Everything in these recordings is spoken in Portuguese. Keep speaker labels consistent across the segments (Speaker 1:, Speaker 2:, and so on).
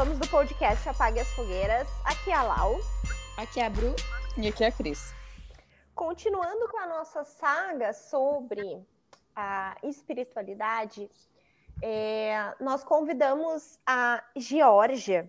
Speaker 1: somos do podcast Apague as Fogueiras. Aqui é a Lau.
Speaker 2: Aqui é a Bru.
Speaker 3: E aqui é a Cris.
Speaker 1: Continuando com a nossa saga sobre a espiritualidade, nós convidamos a Geórgia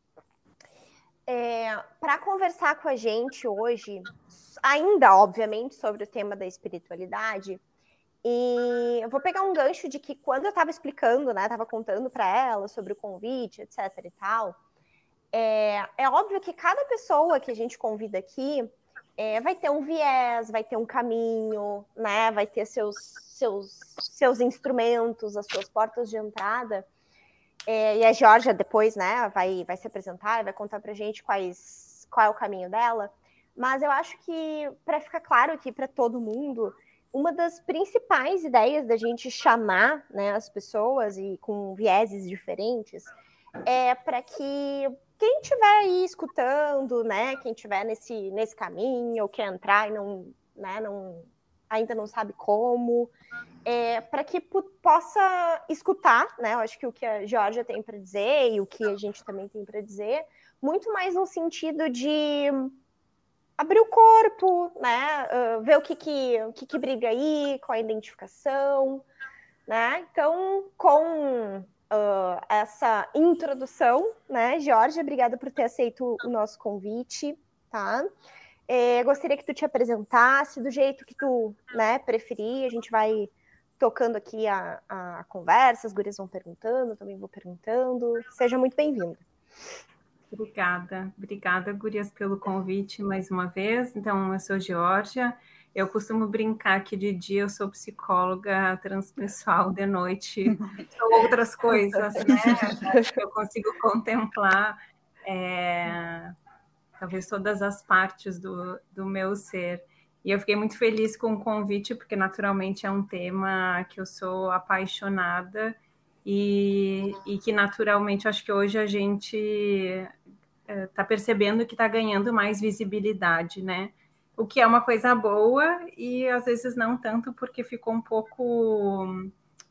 Speaker 1: para conversar com a gente hoje, ainda, obviamente, sobre o tema da espiritualidade. E eu vou pegar um gancho de que quando eu estava explicando, né, estava contando para ela sobre o convite, etc e tal, é óbvio que cada pessoa que a gente convida aqui vai ter um viés, vai ter um caminho, né, vai ter seus instrumentos, as suas portas de entrada. E a Geórgia depois, né, vai se apresentar e vai contar para a gente qual é o caminho dela. Mas eu acho que, para ficar claro aqui para todo mundo, uma das principais ideias da gente chamar, né, as pessoas e com vieses diferentes é para que quem estiver aí escutando, né, quem estiver nesse caminho ou quer entrar e ainda não sabe como, para que possa escutar, né, eu acho que o que a Geórgia tem para dizer e o que a gente também tem para dizer, muito mais no sentido de abrir o corpo, né? Ver o que briga aí, com a identificação, né? Então, com essa introdução, né, Geórgia, obrigada por ter aceito o nosso convite, tá? Gostaria que tu te apresentasse do jeito que tu, né, preferir. A gente vai tocando aqui a conversa, as gurias vão perguntando, também vou perguntando. Seja muito bem-vinda.
Speaker 4: Obrigada, gurias, pelo convite mais uma vez. Então, eu sou Geórgia. Eu costumo brincar que de dia eu sou psicóloga transpessoal, de noite sou outras coisas, né? Eu consigo contemplar talvez todas as partes do meu ser. E eu fiquei muito feliz com o convite, porque naturalmente é um tema que eu sou apaixonada e que naturalmente acho que hoje a gente está percebendo que está ganhando mais visibilidade, né? O que é uma coisa boa e às vezes não tanto, porque ficou um pouco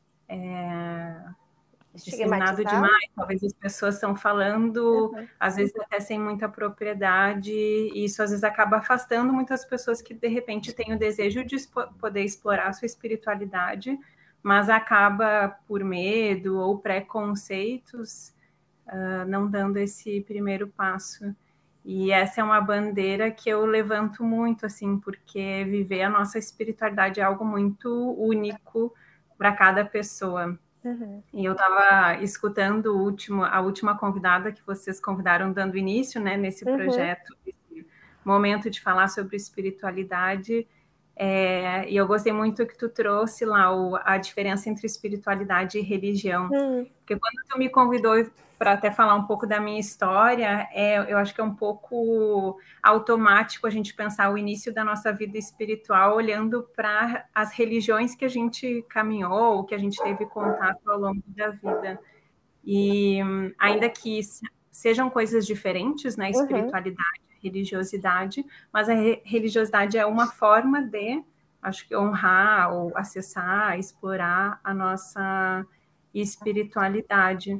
Speaker 4: disseminado demais. Talvez as pessoas estão falando, às vezes até sem muita propriedade, e isso às vezes acaba afastando muitas pessoas que de repente têm o desejo de poder explorar a sua espiritualidade, mas acaba por medo ou preconceitos não dando esse primeiro passo. E essa é uma bandeira que eu levanto muito, assim, porque viver a nossa espiritualidade é algo muito único para cada pessoa. Uhum. E eu estava escutando a última convidada que vocês convidaram dando início, né, nesse projeto, esse momento de falar sobre espiritualidade. E eu gostei muito que tu trouxe lá a diferença entre espiritualidade e religião. Porque quando tu me convidou para até falar um pouco da minha história, eu acho que é um pouco automático a gente pensar o início da nossa vida espiritual olhando para as religiões que a gente caminhou, que a gente teve contato ao longo da vida. E ainda que sejam coisas diferentes, né, espiritualidade, religiosidade, mas a religiosidade é uma forma de, acho que, honrar ou acessar, explorar a nossa espiritualidade.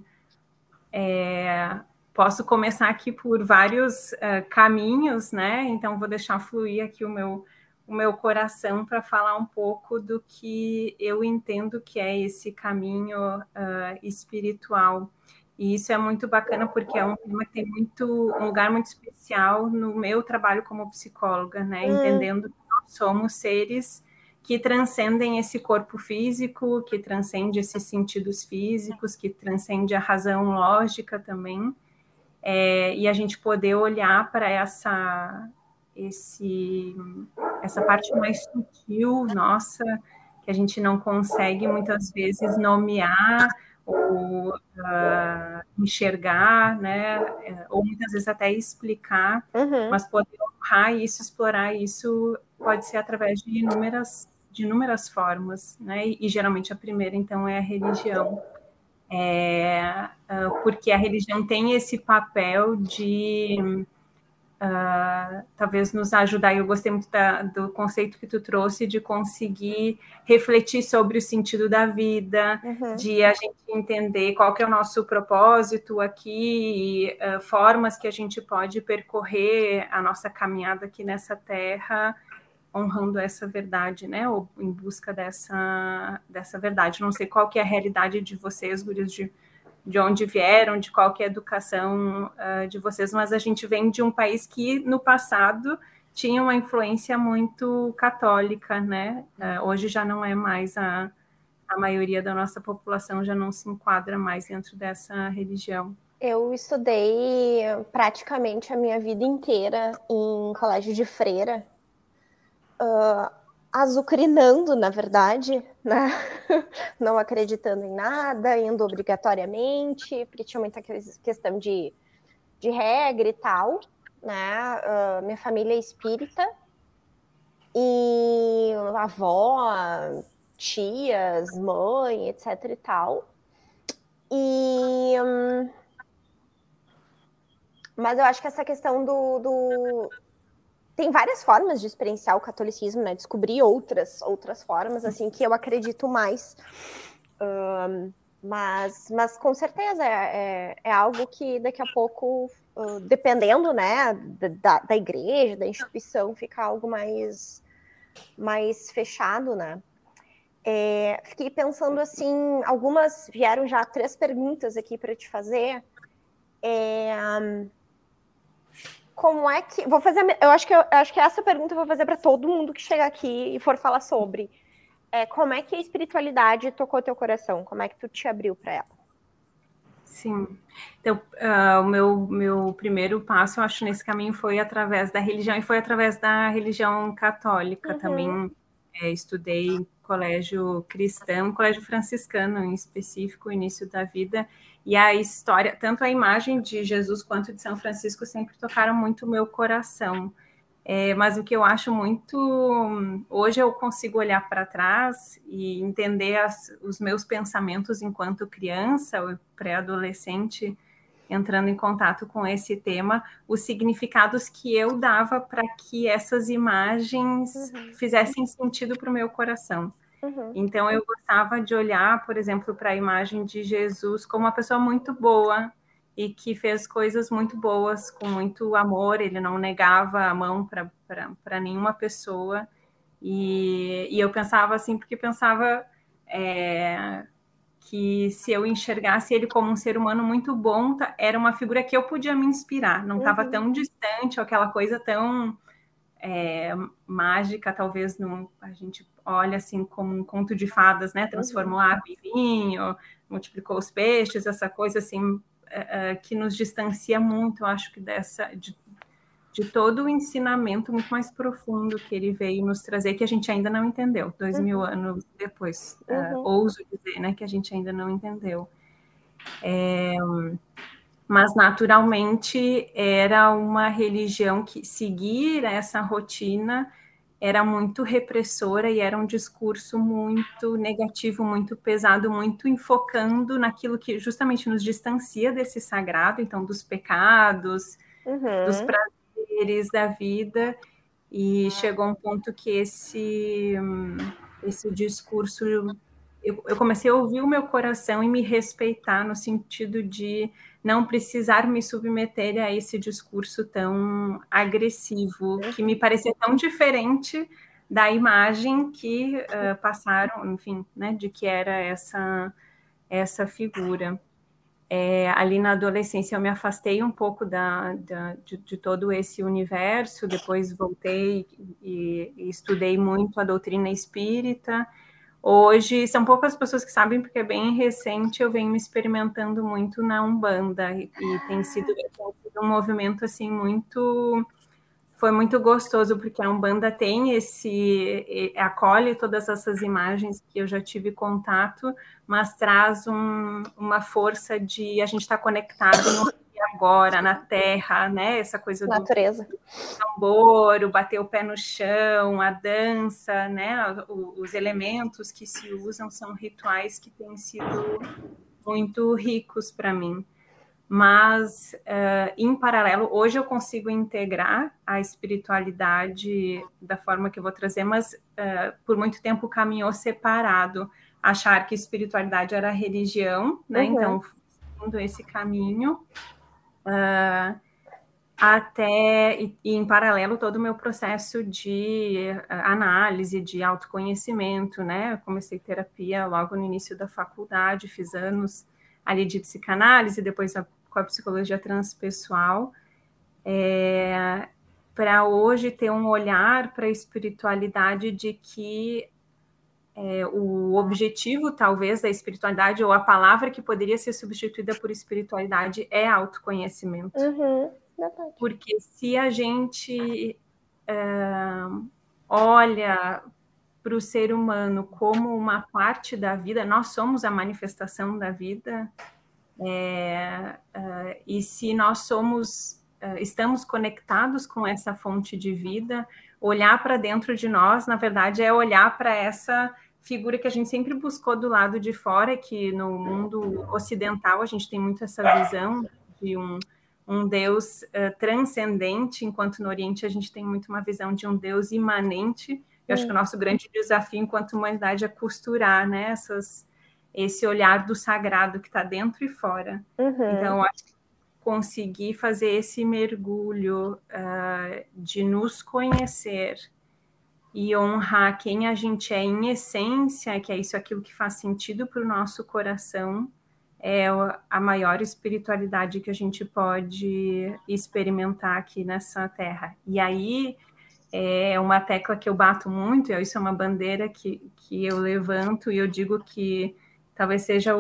Speaker 4: Posso começar aqui por vários caminhos, né? Então vou deixar fluir aqui o meu coração para falar um pouco do que eu entendo que é esse caminho espiritual. E isso é muito bacana porque é um tema que tem um lugar muito especial no meu trabalho como psicóloga, né? Entendendo que nós somos seres que transcendem esse corpo físico, que transcende esses sentidos físicos, que transcende a razão lógica também, e a gente poder olhar para essa parte mais sutil nossa, que a gente não consegue muitas vezes nomear ou enxergar, né? Ou muitas vezes até explicar, mas poder honrar isso, explorar isso, pode ser através de inúmeras formas, né? E geralmente a primeira, então, é a religião. Porque a religião tem esse papel de talvez nos ajudar. Eu gostei muito do conceito que tu trouxe de conseguir refletir sobre o sentido da vida, de a gente entender qual que é o nosso propósito aqui, e, formas que a gente pode percorrer a nossa caminhada aqui nessa terra, honrando essa verdade, né? Ou em busca dessa verdade. Não sei qual que é a realidade de vocês, gurias, de onde vieram, de qual que é a educação de vocês, mas a gente vem de um país que, no passado, tinha uma influência muito católica, né? Hoje já não é mais a maioria da nossa população, já não se enquadra mais dentro dessa religião.
Speaker 1: Eu estudei praticamente a minha vida inteira em colégio de freira, azucrinando, na verdade, né? Não acreditando em nada, indo obrigatoriamente, porque tinha muita questão de regra e tal, né? Minha família é espírita, e avó, tias, mãe, etc e tal. Mas eu acho que essa questão tem várias formas de experienciar o catolicismo, né? Descobrir outras formas, assim, que eu acredito mais. Mas com certeza é algo que daqui a pouco, dependendo, né, da igreja, da instituição, fica algo mais fechado, né? Fiquei pensando assim, vieram já 3 perguntas aqui para te fazer. Como é que vou fazer? Eu acho que essa pergunta eu vou fazer para todo mundo que chegar aqui e for falar sobre. Como é que a espiritualidade tocou teu coração? Como é que tu te abriu para ela?
Speaker 4: Sim. Então, o meu primeiro passo, eu acho, nesse caminho foi através da religião, e foi através da religião católica também. Estudei em colégio cristão, colégio franciscano em específico, início da vida, e a história, tanto a imagem de Jesus quanto de São Francisco sempre tocaram muito o meu coração. Mas o que eu acho muito... Hoje eu consigo olhar para trás e entender os meus pensamentos enquanto criança ou pré-adolescente, entrando em contato com esse tema, os significados que eu dava para que essas imagens fizessem sentido para o meu coração. Então, eu gostava de olhar, por exemplo, para a imagem de Jesus como uma pessoa muito boa, e que fez coisas muito boas, com muito amor. Ele não negava a mão para nenhuma pessoa, e eu pensava assim, porque pensava que se eu enxergasse ele como um ser humano muito bom, era uma figura que eu podia me inspirar, não estava tão distante, ou aquela coisa tão mágica, talvez a gente olha assim como um conto de fadas, né? Transformou a água em vinho, multiplicou os peixes, essa coisa assim, que nos distancia muito, eu acho que de todo o ensinamento muito mais profundo que ele veio nos trazer, que a gente ainda não entendeu, 2000 anos depois, ouso dizer, né, que a gente ainda não entendeu. Mas, naturalmente, era uma religião que seguir essa rotina era muito repressora, e era um discurso muito negativo, muito pesado, muito enfocando naquilo que justamente nos distancia desse sagrado, então dos pecados, dos prazeres da vida, e chegou um ponto que esse discurso, eu comecei a ouvir o meu coração e me respeitar, no sentido de não precisar me submeter a esse discurso tão agressivo, que me parecia tão diferente da imagem que passaram, enfim, né, de que era essa figura. Ali na adolescência eu me afastei um pouco de todo esse universo, depois voltei e estudei muito a doutrina espírita. Hoje são poucas pessoas que sabem, porque é bem recente, eu venho me experimentando muito na Umbanda, e tem sido um movimento assim foi muito gostoso, porque a Umbanda tem acolhe todas essas imagens que eu já tive contato, mas traz uma força de a gente estar conectado no agora, na terra, né? Essa coisa
Speaker 1: natureza,
Speaker 4: do tambor, o bater o pé no chão, a dança, né? Os elementos que se usam são rituais que têm sido muito ricos para mim. mas, em paralelo, hoje eu consigo integrar a espiritualidade da forma que eu vou trazer, mas por muito tempo caminhou separado, achar que espiritualidade era religião, né? Então, seguindo esse caminho, até, e em paralelo, todo o meu processo de análise, de autoconhecimento, né? Eu comecei terapia logo no início da faculdade, fiz anos ali de psicanálise, depois com a psicologia transpessoal, para hoje ter um olhar para a espiritualidade de que o objetivo, talvez, da espiritualidade, ou a palavra que poderia ser substituída por espiritualidade é autoconhecimento. Porque se a gente olha para o ser humano como uma parte da vida, nós somos a manifestação da vida, e se nós estamos conectados com essa fonte de vida, olhar para dentro de nós, na verdade, é olhar para essa figura que a gente sempre buscou do lado de fora, que no mundo ocidental a gente tem muito essa visão de um Deus transcendente, enquanto no Oriente a gente tem muito uma visão de um Deus imanente. Eu acho que o nosso grande desafio enquanto humanidade é costurar, né, esse olhar do sagrado que está dentro e fora. Então, eu acho que conseguir fazer esse mergulho de nos conhecer e honrar quem a gente é em essência, que é isso, aquilo que faz sentido para o nosso coração, é a maior espiritualidade que a gente pode experimentar aqui nessa terra. E aí é uma tecla que eu bato muito, e isso é uma bandeira que eu levanto, e eu digo que talvez seja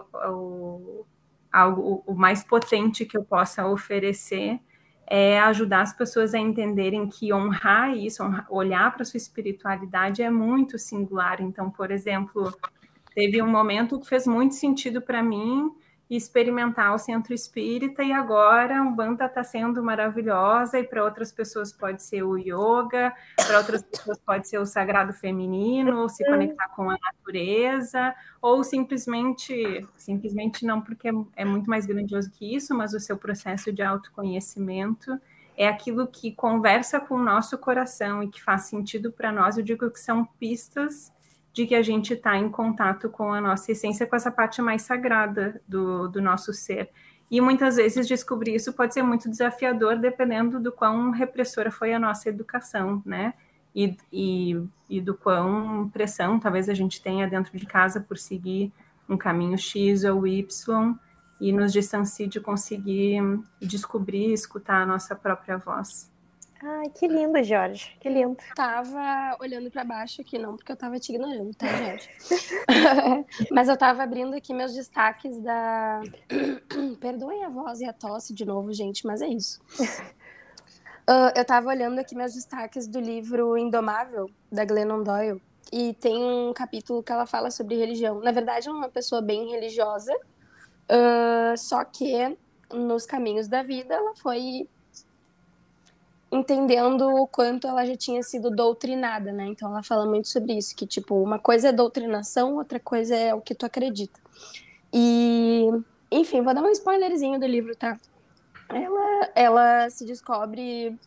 Speaker 4: algo o mais potente que eu possa oferecer, é ajudar as pessoas a entenderem que honrar isso, olhar para a sua espiritualidade é muito singular. Então, por exemplo, teve um momento que fez muito sentido para mim experimentar o centro espírita, e agora a Umbanda está sendo maravilhosa, e para outras pessoas pode ser o yoga, para outras pessoas pode ser o sagrado feminino, ou se conectar com a natureza, ou simplesmente não, porque é muito mais grandioso que isso, mas o seu processo de autoconhecimento é aquilo que conversa com o nosso coração e que faz sentido para nós. Eu digo que são pistas de que a gente está em contato com a nossa essência, com essa parte mais sagrada do nosso ser. E muitas vezes descobrir isso pode ser muito desafiador, dependendo do quão repressora foi a nossa educação, né? E do quão pressão talvez a gente tenha dentro de casa por seguir um caminho X ou Y, e nos distancie de conseguir descobrir e escutar a nossa própria voz.
Speaker 1: Ai, que lindo, Jorge, que lindo.
Speaker 2: Tava olhando para baixo aqui, não porque eu tava te ignorando, tá, Jorge? Mas eu tava abrindo aqui meus destaques da... Perdoem a voz e a tosse de novo, gente, mas é isso. Eu tava olhando aqui meus destaques do livro Indomável, da Glennon Doyle, e tem um capítulo que ela fala sobre religião. Na verdade, ela é uma pessoa bem religiosa, só que nos caminhos da vida ela foi entendendo o quanto ela já tinha sido doutrinada, né? Então ela fala muito sobre isso, que tipo, uma coisa é doutrinação, outra coisa é o que tu acredita. E, enfim, vou dar um spoilerzinho do livro, tá? Ela se descobre...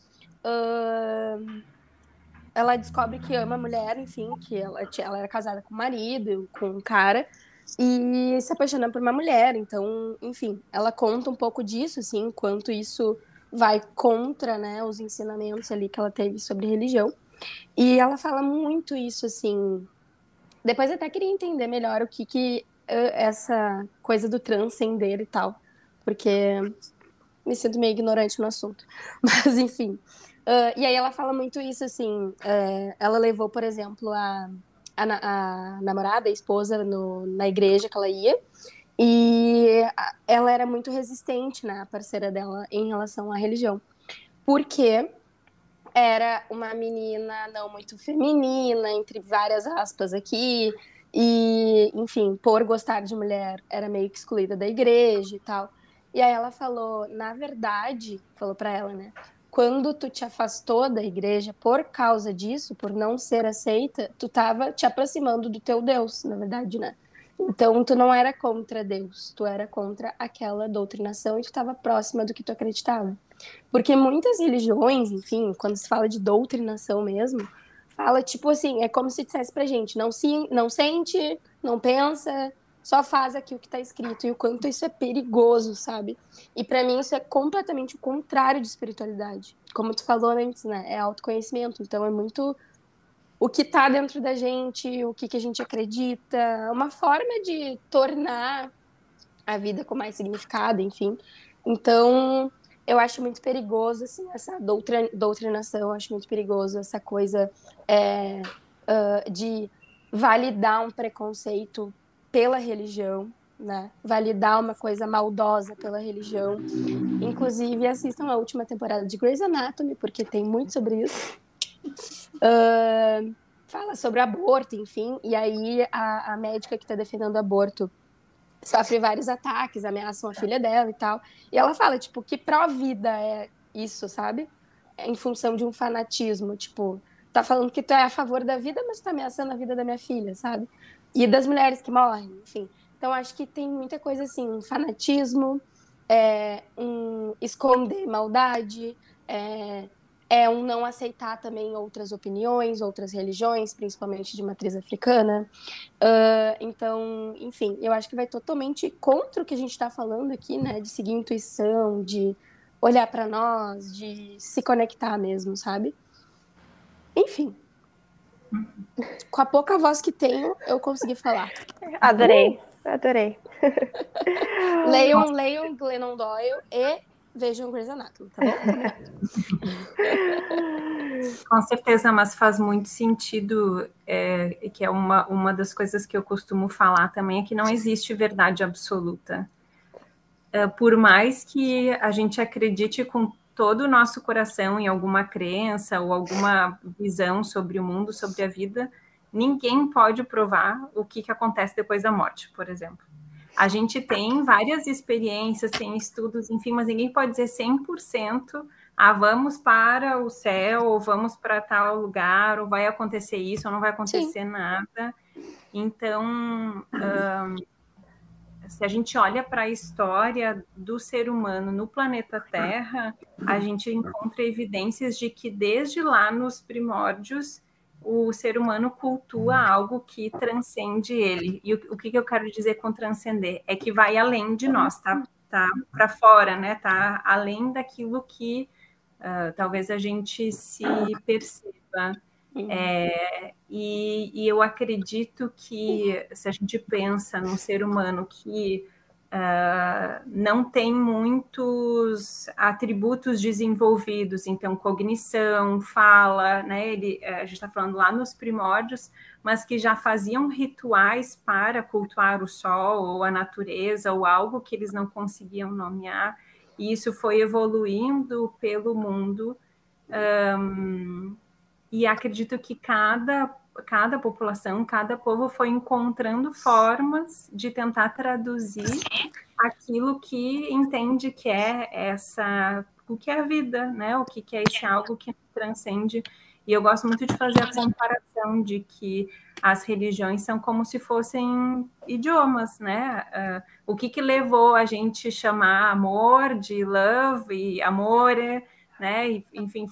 Speaker 2: ela descobre que ama a mulher, enfim, que ela era casada com o marido, com um cara, e se apaixona por uma mulher. Então, enfim, ela conta um pouco disso, assim, quanto isso vai contra, né, os ensinamentos ali que ela teve sobre religião. E ela fala muito isso, assim... Depois eu até queria entender melhor o que essa coisa do transcender e tal, porque me sinto meio ignorante no assunto. Mas, enfim. E aí ela fala muito isso, assim... ela levou, por exemplo, a namorada, a esposa, na igreja que ela ia, e ela era muito resistente, né, a parceira dela, em relação à religião. Porque era uma menina não muito feminina, entre várias aspas aqui, e, enfim, por gostar de mulher, era meio que excluída da igreja e tal. E aí ela falou, na verdade, falou pra ela, né, quando tu te afastou da igreja por causa disso, por não ser aceita, tu tava te aproximando do teu Deus, na verdade, né? Então, tu não era contra Deus, tu era contra aquela doutrinação e tu estava próxima do que tu acreditava. Porque muitas religiões, enfim, quando se fala de doutrinação mesmo, fala tipo assim, é como se dissesse pra gente, não sente, não pensa, só faz aqui o que tá escrito, e o quanto isso é perigoso, sabe? E pra mim isso é completamente o contrário de espiritualidade. Como tu falou antes, né? É autoconhecimento, então é muito o que tá dentro da gente, o que a gente acredita, uma forma de tornar a vida com mais significado, enfim. Então, eu acho muito perigoso, assim, essa doutrinação, eu acho muito perigoso essa coisa de validar um preconceito pela religião, né? Validar uma coisa maldosa pela religião. Inclusive, assistam a última temporada de Grey's Anatomy, porque tem muito sobre isso. Fala sobre aborto, enfim, e aí a médica que está defendendo o aborto sofre vários ataques, ameaçam a filha dela e tal. E ela fala, tipo, que pró-vida é isso, sabe? É em função de um fanatismo, tipo, tá falando que tu é a favor da vida, mas tá ameaçando a vida da minha filha, sabe? E das mulheres que morrem, enfim. Então, acho que tem muita coisa assim, um fanatismo, um esconder maldade, um não aceitar também outras opiniões, outras religiões, principalmente de matriz africana. Então, enfim, eu acho que vai totalmente contra o que a gente está falando aqui, né? De seguir intuição, de olhar para nós, de se conectar mesmo, sabe? Enfim. Com a pouca voz que tenho, eu consegui falar.
Speaker 1: Adorei.
Speaker 2: Leiam Glennon Doyle e vejam Grey's Anatomy, tá bom?
Speaker 4: Com certeza, mas faz muito sentido, que é uma das coisas que eu costumo falar também, é que não existe verdade absoluta. Por mais que a gente acredite com todo o nosso coração em alguma crença ou alguma visão sobre o mundo, sobre a vida, ninguém pode provar o que acontece depois da morte, por exemplo. A gente tem várias experiências, tem estudos, enfim, mas ninguém pode dizer 100%, vamos para o céu, ou vamos para tal lugar, ou vai acontecer isso, ou não vai acontecer nada. Então, se a gente olha para a história do ser humano no planeta Terra, a gente encontra evidências de que desde lá nos primórdios, o ser humano cultua algo que transcende ele. E o que eu quero dizer com transcender? É que vai além de nós, tá para fora, né? Tá além daquilo que talvez a gente se perceba. E eu acredito que se a gente pensa num ser humano que não tem muitos atributos desenvolvidos, então cognição, fala, né? A gente está falando lá nos primórdios, mas que já faziam rituais para cultuar o sol ou a natureza ou algo que eles não conseguiam nomear, e isso foi evoluindo pelo mundo. E acredito que cada população, cada povo foi encontrando formas de tentar traduzir aquilo que entende que é o que é a vida, né? O que é esse algo que transcende. E eu gosto muito de fazer a comparação de que as religiões são como se fossem idiomas, né? O que levou a gente chamar amor de love e amore, né? E, enfim,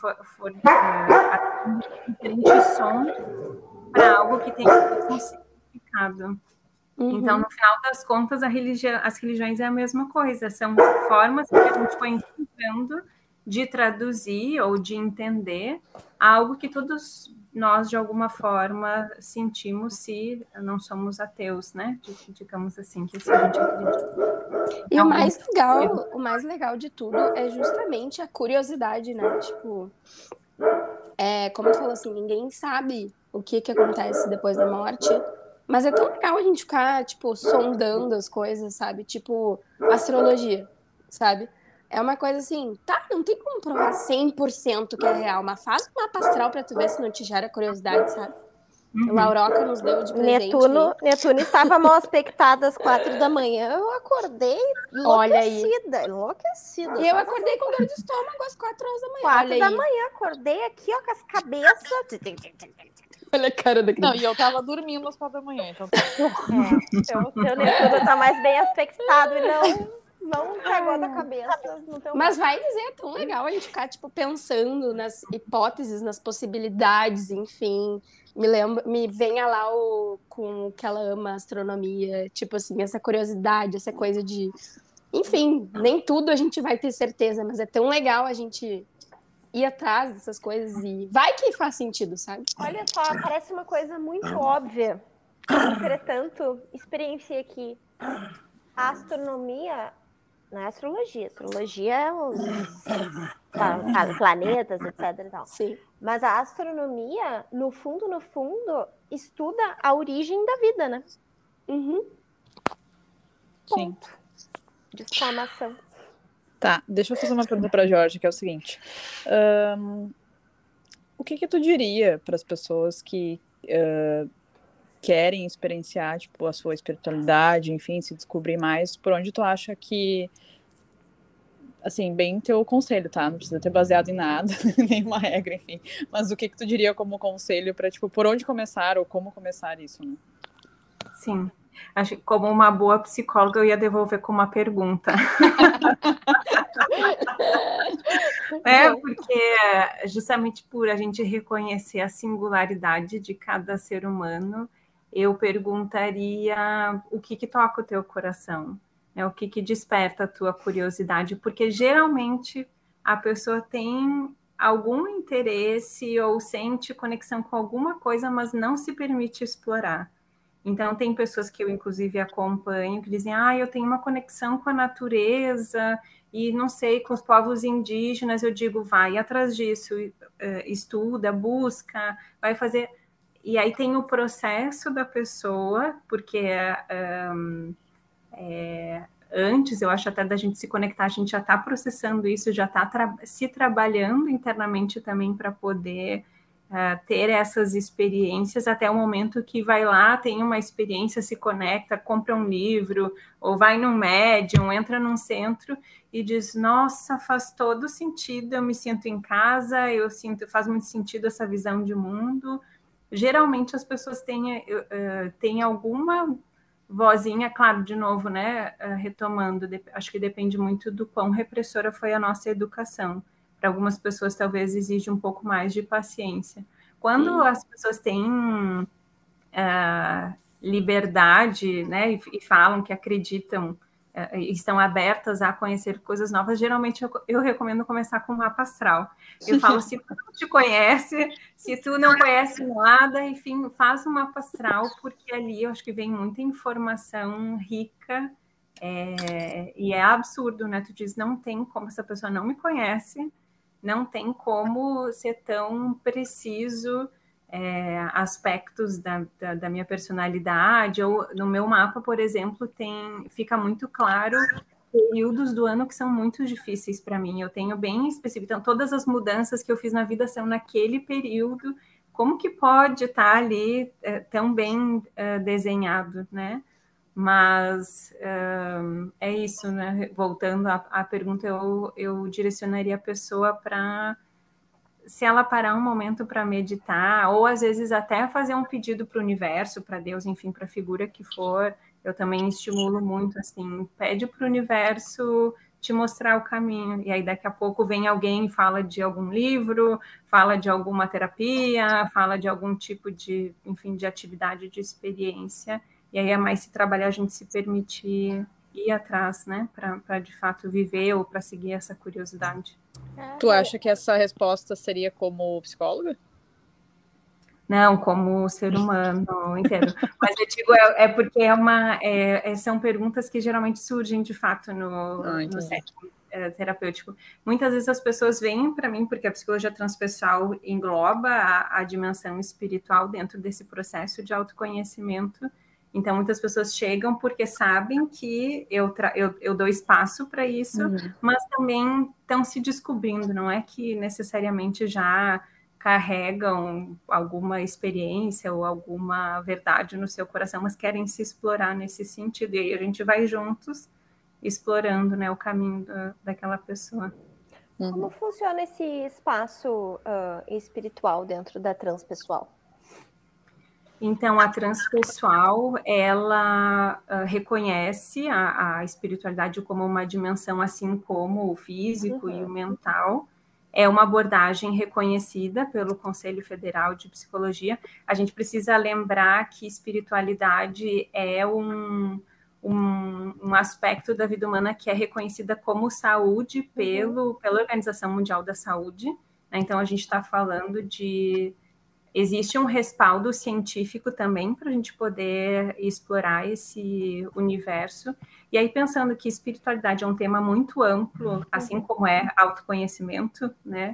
Speaker 4: diferentes sons para algo que tem o mesmo significado. Então, no final das contas, as religiões é a mesma coisa, são formas que a gente foi encontrando de traduzir ou de entender algo que todos nós, de alguma forma, sentimos se não somos ateus, né? Digamos assim, que se a gente acredita.
Speaker 2: E o mais legal de tudo é justamente a curiosidade, né? Tipo, como tu falou assim, ninguém sabe o que acontece depois da morte, mas é tão legal a gente ficar, tipo, sondando as coisas, sabe? Tipo, astrologia, sabe? É uma coisa assim, não tem como provar 100% que é real, mas faz um mapa astral pra tu ver se não te gera curiosidade, sabe? Lauroca nos deu de presente.
Speaker 1: Netuno estava mal aspectado às 4 da manhã. Eu acordei enlouquecida.
Speaker 2: E eu acordei com dor de estômago às 4 horas da manhã.
Speaker 1: 4 da manhã, acordei aqui, ó, com as cabeças.
Speaker 2: Olha a cara da
Speaker 3: Não,
Speaker 2: criança.
Speaker 3: e eu tava dormindo às 4 da manhã, então...
Speaker 1: Teu Netuno tá mais bem aspectado e não pegou da cabeça no teu
Speaker 2: Mas
Speaker 1: mapa.
Speaker 2: vai dizer, é tão legal a gente ficar, tipo, pensando nas hipóteses, nas possibilidades, enfim. Me venha lá com que ela ama a astronomia, tipo assim, essa curiosidade, essa coisa de... Enfim, nem tudo a gente vai ter certeza, mas é tão legal a gente ir atrás dessas coisas e vai que faz sentido, sabe?
Speaker 1: Olha só, parece uma coisa muito óbvia. Entretanto, experienciei aqui. A astronomia não é astrologia. Astrologia é os planetas, etc. E tal.
Speaker 2: Sim.
Speaker 1: Mas a astronomia, no fundo, estuda a origem da vida, né?
Speaker 2: Uhum.
Speaker 3: Sim.
Speaker 1: De exclamação.
Speaker 3: Tá, deixa eu fazer uma pergunta pra Jorge, que é o seguinte. O que tu diria para as pessoas que querem experienciar, tipo, a sua espiritualidade, enfim, se descobrir mais, por onde tu acha que, assim, bem teu conselho, tá? Não precisa ter baseado em nada, nenhuma regra, enfim. Mas o que tu diria como conselho para, tipo, por onde começar ou como começar isso, né?
Speaker 4: Sim. Acho que como uma boa psicóloga eu ia devolver com uma pergunta. Porque justamente por a gente reconhecer a singularidade de cada ser humano, eu perguntaria o que toca o teu coração, né? O que desperta a tua curiosidade, porque geralmente a pessoa tem algum interesse ou sente conexão com alguma coisa, mas não se permite explorar. Então, tem pessoas que eu, inclusive, acompanho, que dizem, eu tenho uma conexão com a natureza e, não sei, com os povos indígenas. Eu digo, vai atrás disso, estuda, busca, vai fazer... E aí tem o processo da pessoa, porque antes, eu acho até da gente se conectar, a gente já está processando isso, já está se trabalhando internamente também para poder... ter essas experiências até o momento que vai lá, tem uma experiência, se conecta, compra um livro, ou vai num médium, entra num centro e diz, nossa, faz todo sentido, eu me sinto em casa, faz muito sentido essa visão de mundo. Geralmente as pessoas têm alguma vozinha, claro, de novo, né, retomando, acho que depende muito do quão repressora foi a nossa educação. Para algumas pessoas, talvez exija um pouco mais de paciência. Quando as pessoas têm liberdade, né, e falam que acreditam, estão abertas a conhecer coisas novas, geralmente eu recomendo começar com o mapa astral. Eu falo, se tu não te conhece, se tu não conhece nada, enfim, faz um mapa astral, porque ali eu acho que vem muita informação rica, e é absurdo, né? Tu diz, não tem como, essa pessoa não me conhece, não tem como ser tão preciso aspectos da minha personalidade, ou no meu mapa, por exemplo, fica muito claro períodos do ano que são muito difíceis para mim, eu tenho bem específico, então todas as mudanças que eu fiz na vida são naquele período, como que pode estar ali tão bem desenhado, né? Mas é isso, né? Voltando à pergunta, eu direcionaria a pessoa para, se ela parar um momento para meditar, ou às vezes até fazer um pedido para o universo, para Deus, enfim, para a figura que for, eu também estimulo muito, assim, pede para o universo te mostrar o caminho, e aí daqui a pouco vem alguém e fala de algum livro, fala de alguma terapia, fala de algum tipo de, enfim, de atividade, de experiência, e aí é mais se trabalhar, a gente se permitir ir atrás, né, para de fato viver ou para seguir essa curiosidade.
Speaker 3: Tu acha que essa resposta seria como psicóloga?
Speaker 4: Não, como ser humano inteiro. Mas eu digo, porque são perguntas que geralmente surgem de fato no setting terapêutico. Muitas vezes as pessoas vêm para mim, porque a psicologia transpessoal engloba a dimensão espiritual dentro desse processo de autoconhecimento. Então, muitas pessoas chegam porque sabem que eu dou espaço para isso, mas também estão se descobrindo, não é que necessariamente já carregam alguma experiência ou alguma verdade no seu coração, mas querem se explorar nesse sentido. E aí a gente vai juntos explorando, né, o caminho daquela pessoa.
Speaker 1: Como funciona esse espaço espiritual dentro da transpessoal?
Speaker 4: Então, a transpessoal, ela reconhece a espiritualidade como uma dimensão, assim como o físico e o mental. É uma abordagem reconhecida pelo Conselho Federal de Psicologia. A gente precisa lembrar que espiritualidade é um aspecto da vida humana que é reconhecida como saúde pela Organização Mundial da Saúde. Né? Então, a gente está falando de... Existe um respaldo científico também para a gente poder explorar esse universo. E aí, pensando que espiritualidade é um tema muito amplo, assim como é autoconhecimento, né?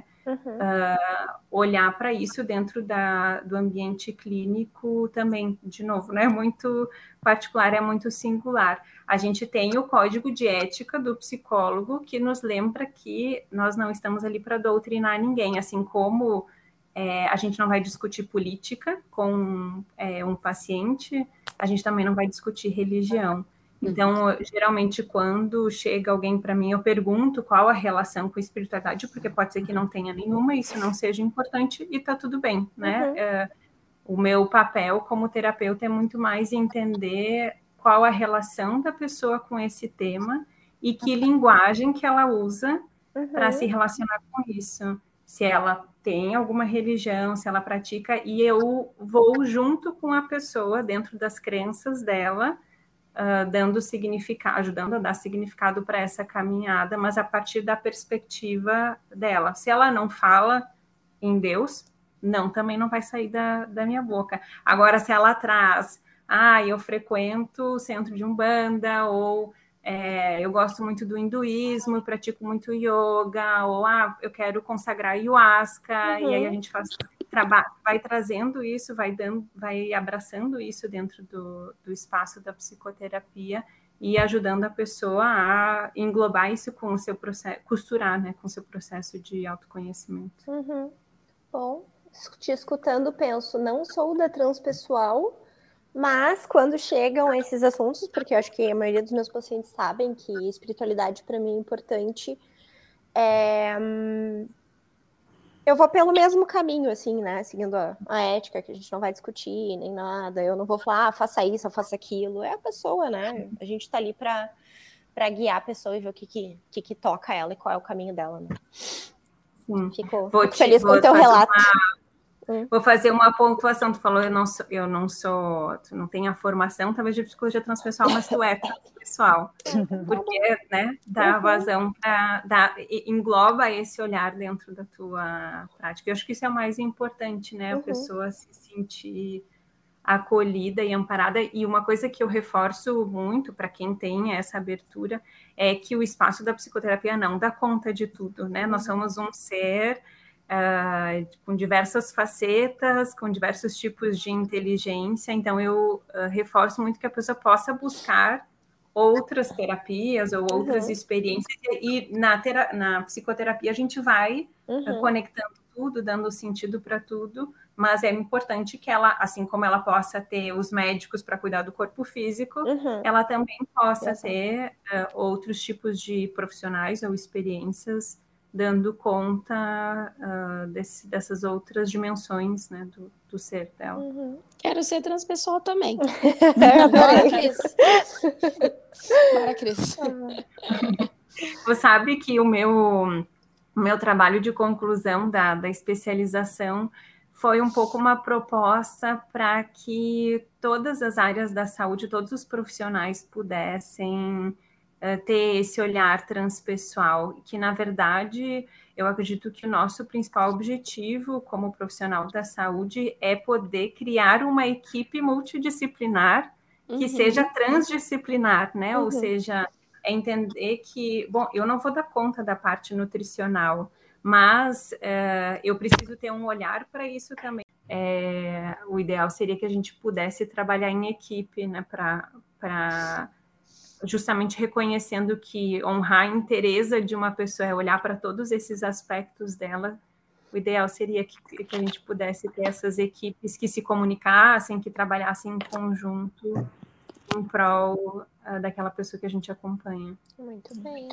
Speaker 4: Olhar para isso dentro do ambiente clínico também, de novo, não é muito particular, é muito singular. A gente tem o código de ética do psicólogo que nos lembra que nós não estamos ali para doutrinar ninguém, assim como a gente não vai discutir política com um paciente, a gente também não vai discutir religião. Então, geralmente, quando chega alguém para mim, eu pergunto qual a relação com a espiritualidade, porque pode ser que não tenha nenhuma, isso não seja importante e tá tudo bem, né? O meu papel como terapeuta é muito mais entender qual a relação da pessoa com esse tema e que linguagem que ela usa para se relacionar com isso. Se ela tem alguma religião, se ela pratica, e eu vou junto com a pessoa dentro das crenças dela, dando significado, ajudando a dar significado para essa caminhada, mas a partir da perspectiva dela. Se ela não fala em Deus, também não vai sair da minha boca. Agora, se ela traz, eu frequento o centro de Umbanda, ou eu gosto muito do hinduísmo, pratico muito yoga, ou eu quero consagrar ayahuasca, e aí a gente vai trazendo isso, vai abraçando isso dentro do espaço da psicoterapia e ajudando a pessoa a englobar isso com o seu processo, costurar, né, com o seu processo de autoconhecimento.
Speaker 1: Bom, te escutando, penso, não sou da transpessoal, mas quando chegam esses assuntos, porque eu acho que a maioria dos meus pacientes sabem que espiritualidade para mim é importante, eu vou pelo mesmo caminho, assim, né? Seguindo a ética, que a gente não vai discutir nem nada. Eu não vou falar, faça isso, faça aquilo. É a pessoa, né? A gente tá ali pra guiar a pessoa e ver o que toca ela e qual é o caminho dela, né? Fico feliz com o teu relato.
Speaker 4: Vou fazer uma pontuação. Tu falou, tu não tem a formação, talvez, de psicologia transpessoal, mas tu é transpessoal. Porque, né, dá vazão engloba esse olhar dentro da tua prática. Eu acho que isso é o mais importante, né? A pessoa se sentir acolhida e amparada. E uma coisa que eu reforço muito para quem tem essa abertura é que o espaço da psicoterapia não dá conta de tudo, né? Nós somos um ser com diversas facetas, com diversos tipos de inteligência, então eu reforço muito que a pessoa possa buscar outras terapias ou outras experiências, e na psicoterapia a gente vai conectando tudo, dando sentido para tudo, mas é importante que ela, assim como ela possa ter os médicos para cuidar do corpo físico, ela também possa ter outros tipos de profissionais ou experiências dando conta dessas outras dimensões, né, do ser dela.
Speaker 2: Quero ser transpessoal também.
Speaker 1: Bora,
Speaker 2: Cris. Bora, Cris.
Speaker 4: Você sabe que o meu trabalho de conclusão da especialização foi um pouco uma proposta para que todas as áreas da saúde, todos os profissionais pudessem ter esse olhar transpessoal, que, na verdade, eu acredito que o nosso principal objetivo como profissional da saúde é poder criar uma equipe multidisciplinar que seja transdisciplinar, né? Ou seja, é entender que, bom, eu não vou dar conta da parte nutricional, mas eu preciso ter um olhar para isso também. O ideal seria que a gente pudesse trabalhar em equipe, né, para justamente reconhecendo que honrar a inteireza de uma pessoa é olhar para todos esses aspectos dela. O ideal seria que a gente pudesse ter essas equipes que se comunicassem, que trabalhassem em conjunto em prol daquela pessoa que a gente acompanha.
Speaker 1: Muito bem.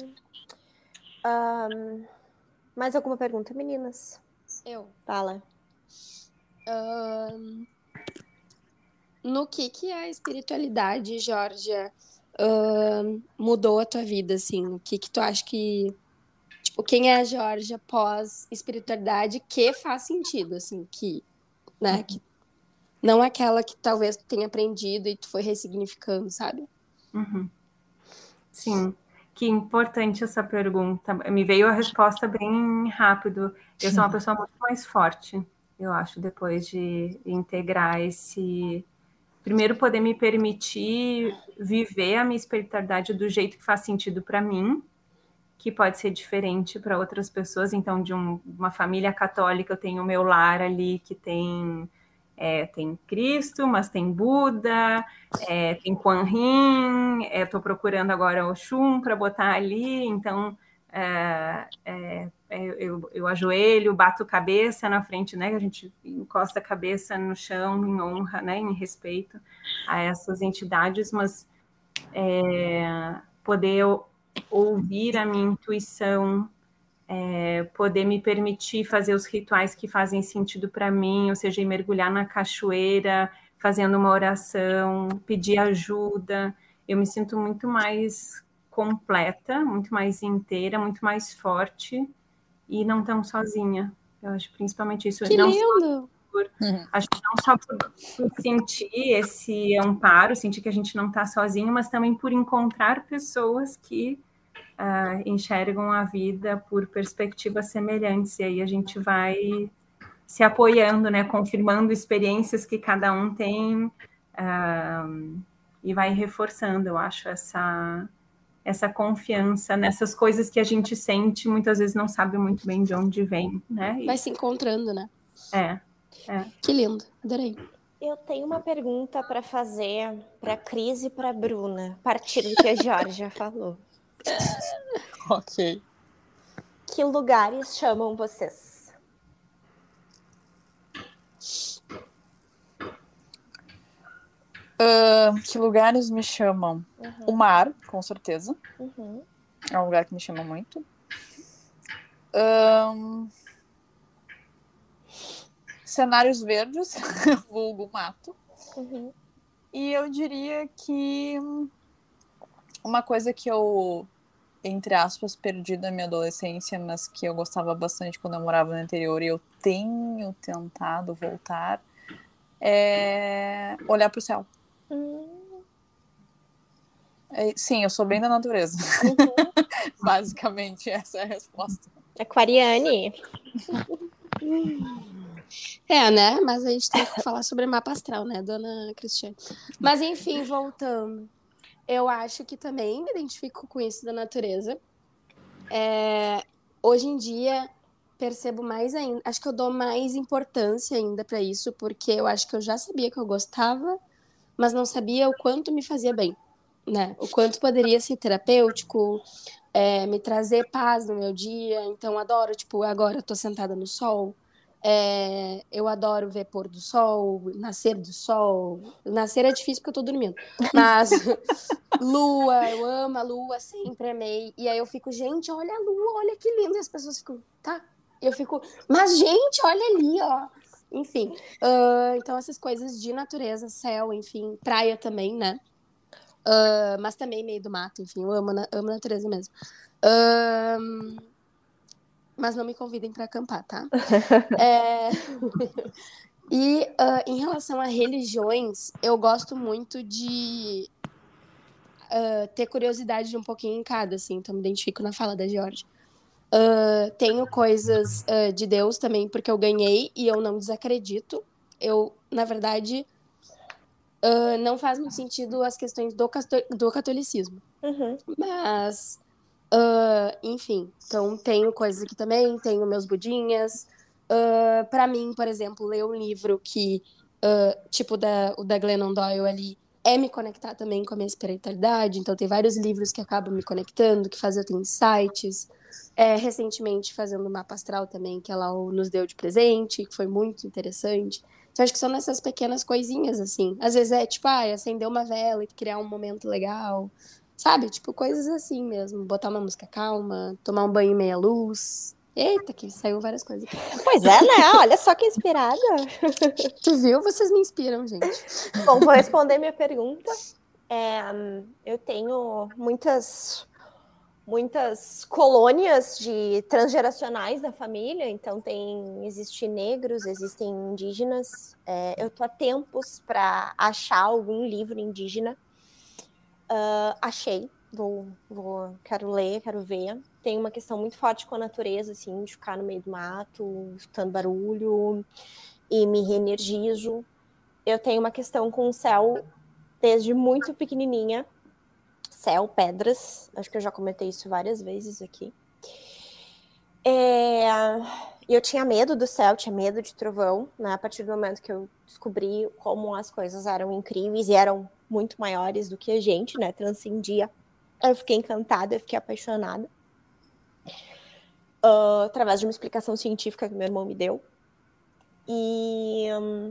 Speaker 1: Mais alguma pergunta, meninas?
Speaker 2: Eu.
Speaker 1: Fala.
Speaker 2: no que a espiritualidade, Georgia, mudou a tua vida, assim? O que tu acha que... Tipo, quem é a Georgia pós-espiritualidade que faz sentido, assim, né? Que não aquela que talvez tu tenha aprendido e tu foi ressignificando, sabe?
Speaker 4: Uhum. Sim, que importante essa pergunta. Me veio a resposta bem rápido. Eu sou uma pessoa muito mais forte, eu acho, depois de integrar esse... Primeiro, poder me permitir viver a minha espiritualidade do jeito que faz sentido para mim, que pode ser diferente para outras pessoas. Então, de uma família católica, eu tenho o meu lar ali, que tem Cristo, mas tem Buda, tem Kuan Yin, estou procurando agora Oxum para botar ali, então eu ajoelho, bato cabeça na frente, né? A gente encosta a cabeça no chão em honra, né? Em respeito a essas entidades, mas poder ouvir a minha intuição, poder me permitir fazer os rituais que fazem sentido para mim, ou seja, ir mergulhar na cachoeira, fazendo uma oração, pedir ajuda. Eu me sinto muito mais completa, muito mais inteira, muito mais forte e não tão sozinha. Eu acho principalmente isso.
Speaker 2: Que
Speaker 4: não
Speaker 2: lindo!
Speaker 4: Acho que não só por sentir esse amparo, sentir que a gente não está sozinho, mas também por encontrar pessoas que enxergam a vida por perspectivas semelhantes, e aí a gente vai se apoiando, né, confirmando experiências que cada um tem, e vai reforçando, eu acho, essa confiança nessas coisas que a gente sente, muitas vezes não sabe muito bem de onde vem, né?
Speaker 2: Vai se encontrando, né? Que lindo, adorei.
Speaker 1: Eu tenho uma pergunta para fazer para Cris e para Bruna, a partir do que a Georgia falou.
Speaker 3: Ok.
Speaker 1: Que lugares chamam vocês?
Speaker 3: Que lugares me chamam? O mar, com certeza. É um lugar que me chama muito. Cenários verdes, vulgo mato. E eu diria que uma coisa que eu, entre aspas, perdi da minha adolescência, mas que eu gostava bastante quando eu morava no interior e eu tenho tentado voltar, é olhar pro céu. Sim, eu sou bem da natureza. Basicamente, essa é a resposta.
Speaker 1: Aquariane.
Speaker 2: Né? Mas a gente tem que falar sobre mapa astral, né, dona Cristiane? Mas, enfim, voltando. Eu acho que também me identifico com isso da natureza. Hoje em dia, percebo mais ainda. Acho que eu dou mais importância ainda para isso, porque eu acho que eu já sabia que eu gostava, mas não sabia o quanto me fazia bem, né? O quanto poderia ser terapêutico, me trazer paz no meu dia. Então, adoro, tipo, agora eu tô sentada no sol. Eu adoro ver pôr do sol, nascer do sol. Nascer é difícil porque eu tô dormindo. Mas lua, eu amo a lua, sempre amei. E aí eu fico, gente, olha a lua, olha que lindo. E as pessoas ficam, tá? E eu fico, mas gente, olha ali, ó. Enfim, então essas coisas de natureza, céu, enfim, praia também, né? Mas também meio do mato, enfim, eu amo a natureza mesmo. Mas não me convidem para acampar, tá? E em relação a religiões, eu gosto muito de ter curiosidade de um pouquinho em cada, assim, então me identifico na fala da Georgia. Tenho coisas de Deus também, porque eu ganhei e eu não desacredito. Eu, na verdade, não faz muito sentido as questões do catolicismo. Mas, enfim, então tenho coisas aqui também, tenho meus budinhas. Para mim, por exemplo, ler um livro que, tipo o da Glennon Doyle ali, é me conectar também com a minha espiritualidade. Então tem vários livros que acabam me conectando, que fazem eu ter insights. Recentemente fazendo um mapa astral também, que ela nos deu de presente, que foi muito interessante. Então acho que são nessas pequenas coisinhas, assim. Às vezes tipo, acender uma vela e criar um momento legal. Sabe? Tipo, coisas assim mesmo. Botar uma música calma, tomar um banho em meia luz. Eita, que saiu várias coisas.
Speaker 1: Pois é, né? Olha só que inspirada.
Speaker 2: Tu viu? Vocês me inspiram, gente.
Speaker 1: Bom, vou responder minha pergunta. Eu tenho muitas colônias de transgeracionais na família, então existem negros, existem indígenas. Eu tô há tempos para achar algum livro indígena. Achei, quero ler, quero ver. Tem uma questão muito forte com a natureza, assim, de ficar no meio do mato, escutando barulho, e me reenergizo. Eu tenho uma questão com o céu desde muito pequenininha. Céu, pedras, acho que eu já comentei isso várias vezes aqui. Eu tinha medo do céu, tinha medo de trovão, né? A partir do momento que eu descobri como as coisas eram incríveis e eram muito maiores do que a gente, né? Transcendia. Eu fiquei encantada, eu fiquei apaixonada. Através de uma explicação científica que meu irmão me deu. E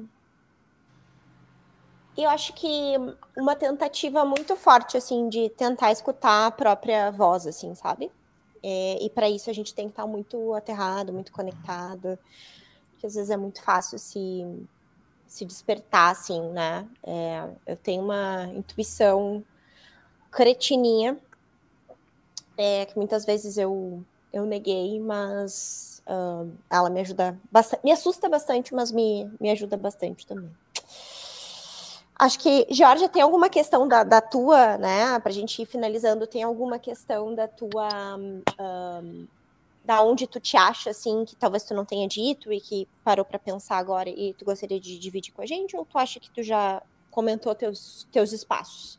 Speaker 1: eu acho que uma tentativa muito forte, assim, de tentar escutar a própria voz, assim, sabe? E para isso a gente tem que estar muito aterrado, muito conectado, porque às vezes é muito fácil se despertar, assim, né? Eu tenho uma intuição cretininha, que muitas vezes eu neguei, mas ela me ajuda bastante, me assusta bastante, mas me ajuda bastante também. Acho que, Georgia, tem alguma questão da tua, né? Pra gente ir finalizando, tem alguma questão da tua... da onde tu te acha, assim, que talvez tu não tenha dito e que parou para pensar agora e tu gostaria de dividir com a gente? Ou tu acha que tu já comentou teus espaços?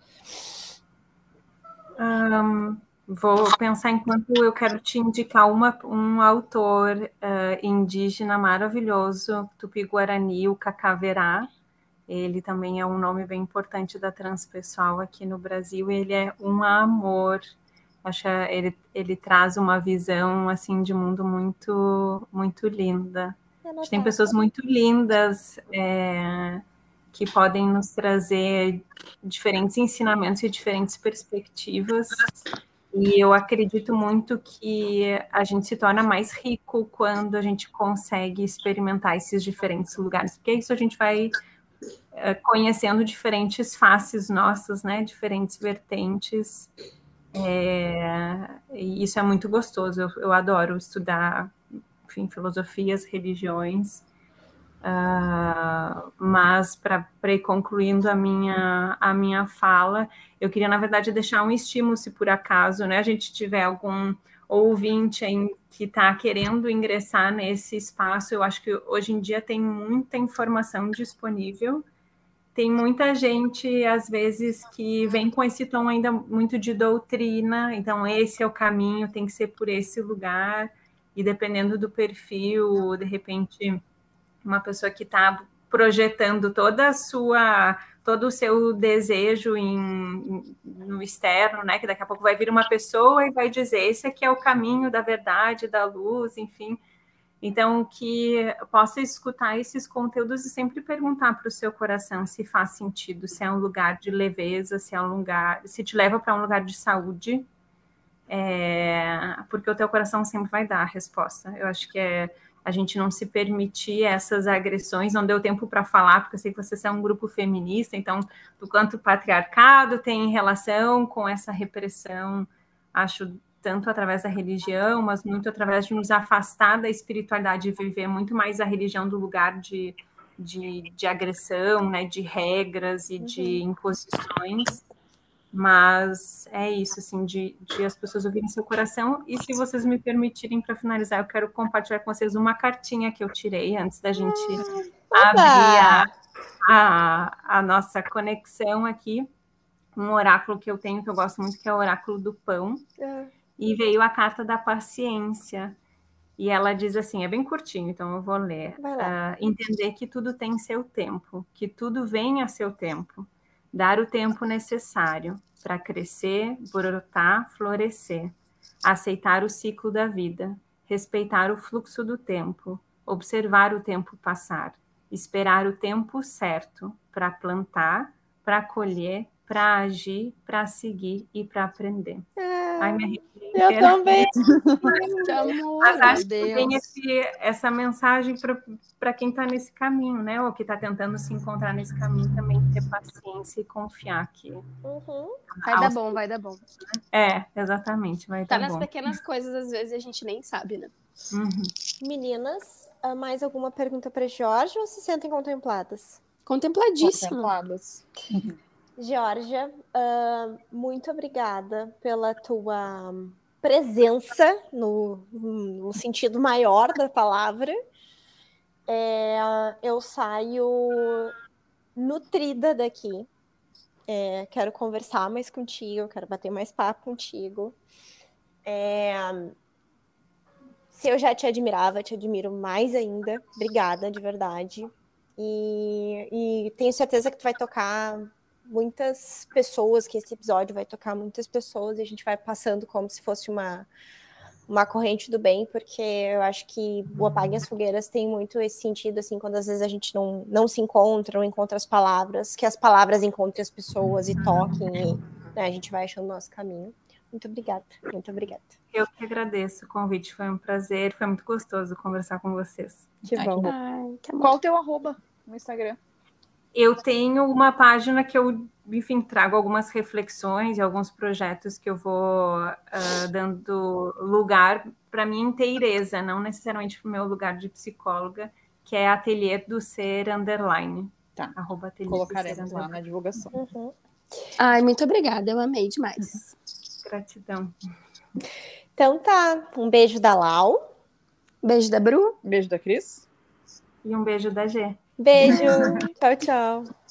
Speaker 4: Vou pensar enquanto eu quero te indicar um autor indígena maravilhoso, Tupi-Guarani, o Cacaverá. Ele também é um nome bem importante da transpessoal aqui no Brasil. Ele é um amor. Acho que ele traz uma visão assim de mundo muito muito linda. Tem pessoas muito lindas que podem nos trazer diferentes ensinamentos e diferentes perspectivas. E eu acredito muito que a gente se torna mais rico quando a gente consegue experimentar esses diferentes lugares, porque isso a gente vai conhecendo diferentes faces nossas, né? Diferentes vertentes. E isso é muito gostoso. Eu adoro estudar, enfim, filosofias, religiões. Mas para ir concluindo a minha fala, eu queria, na verdade, deixar um estímulo, se por acaso, né, a gente tiver algum ouvinte que está querendo ingressar nesse espaço. Eu acho que hoje em dia tem muita informação disponível. Tem muita gente, às vezes, que vem com esse tom ainda muito de doutrina, então esse é o caminho, tem que ser por esse lugar, e dependendo do perfil, de repente, uma pessoa que está projetando todo o seu desejo no externo, né? Que daqui a pouco vai vir uma pessoa e vai dizer, esse aqui é o caminho da verdade, da luz, enfim. Então, que possa escutar esses conteúdos e sempre perguntar para o seu coração se faz sentido, se é um lugar de leveza, se é um lugar, se te leva para um lugar de saúde, porque o teu coração sempre vai dar a resposta. Eu acho que a gente não se permitir essas agressões, não deu tempo para falar, porque eu sei que vocês são um grupo feminista, então, do quanto o patriarcado tem relação com essa repressão, acho tanto através da religião, mas muito através de nos afastar da espiritualidade e viver muito mais a religião do lugar de agressão, né, de regras e de imposições. Mas é isso, assim, de as pessoas ouvirem seu coração. E se vocês me permitirem, para finalizar, eu quero compartilhar com vocês uma cartinha que eu tirei antes da gente abrir a nossa conexão aqui. Um oráculo que eu tenho, que eu gosto muito, que é o oráculo do pão. E veio a carta da paciência. E ela diz assim, é bem curtinho, então eu vou ler. Entender que tudo tem seu tempo, que tudo vem a seu tempo. Dar o tempo necessário para crescer, brotar, florescer. Aceitar o ciclo da vida. Respeitar o fluxo do tempo. Observar o tempo passar. Esperar o tempo certo para plantar, para colher, para agir, para seguir e para aprender. Ai, me arrepiei
Speaker 1: Eu
Speaker 4: inteira.
Speaker 1: também.
Speaker 2: Que amor,
Speaker 4: Mas
Speaker 2: meu
Speaker 4: acho que tem
Speaker 2: Deus.
Speaker 4: essa mensagem para quem está nesse caminho, né? Ou que está tentando se encontrar nesse caminho, também ter paciência e confiar que...
Speaker 2: Vai dar bom, vai dar bom.
Speaker 4: Exatamente, vai
Speaker 2: Tá
Speaker 4: dar
Speaker 2: nas
Speaker 4: bom.
Speaker 2: pequenas coisas, às vezes, a gente nem sabe, né?
Speaker 1: Meninas, mais alguma pergunta para Georgia ou se sentem contempladas?
Speaker 2: Contempladíssimo.
Speaker 3: Contempladas.
Speaker 1: Georgia, muito obrigada pela tua presença no sentido maior da palavra. Eu saio nutrida daqui. Quero conversar mais contigo, quero bater mais papo contigo. Se eu já te admirava, te admiro mais ainda. Obrigada, de verdade. E tenho certeza que tu vai tocar muitas pessoas, que esse episódio vai tocar muitas pessoas e a gente vai passando como se fosse uma corrente do bem, porque eu acho que o Apaguem as Fogueiras tem muito esse sentido, assim, quando às vezes a gente não se encontra, não encontra as palavras, que as palavras encontrem as pessoas e toquem, e né, a gente vai achando o nosso caminho. Muito obrigada, muito obrigada.
Speaker 4: Eu que agradeço o convite, foi um prazer, foi muito gostoso conversar com vocês.
Speaker 1: Que bom.
Speaker 2: Ai, que amor.
Speaker 3: Qual o teu arroba no Instagram?
Speaker 4: Eu tenho uma página que eu, enfim, trago algumas reflexões e alguns projetos que eu vou dando lugar para minha inteireza, não necessariamente para o meu lugar de psicóloga, que é Ateliê do Ser _.
Speaker 3: Tá.
Speaker 4: @ateliê do
Speaker 3: Colocaremos
Speaker 4: ser
Speaker 3: lá na divulgação.
Speaker 2: Ai, muito obrigada, eu amei demais.
Speaker 4: Gratidão.
Speaker 1: Então tá, um beijo da Lau.
Speaker 2: Beijo da Bru.
Speaker 3: Beijo da Cris.
Speaker 4: E um beijo da Gê.
Speaker 1: Beijo, tchau, tchau.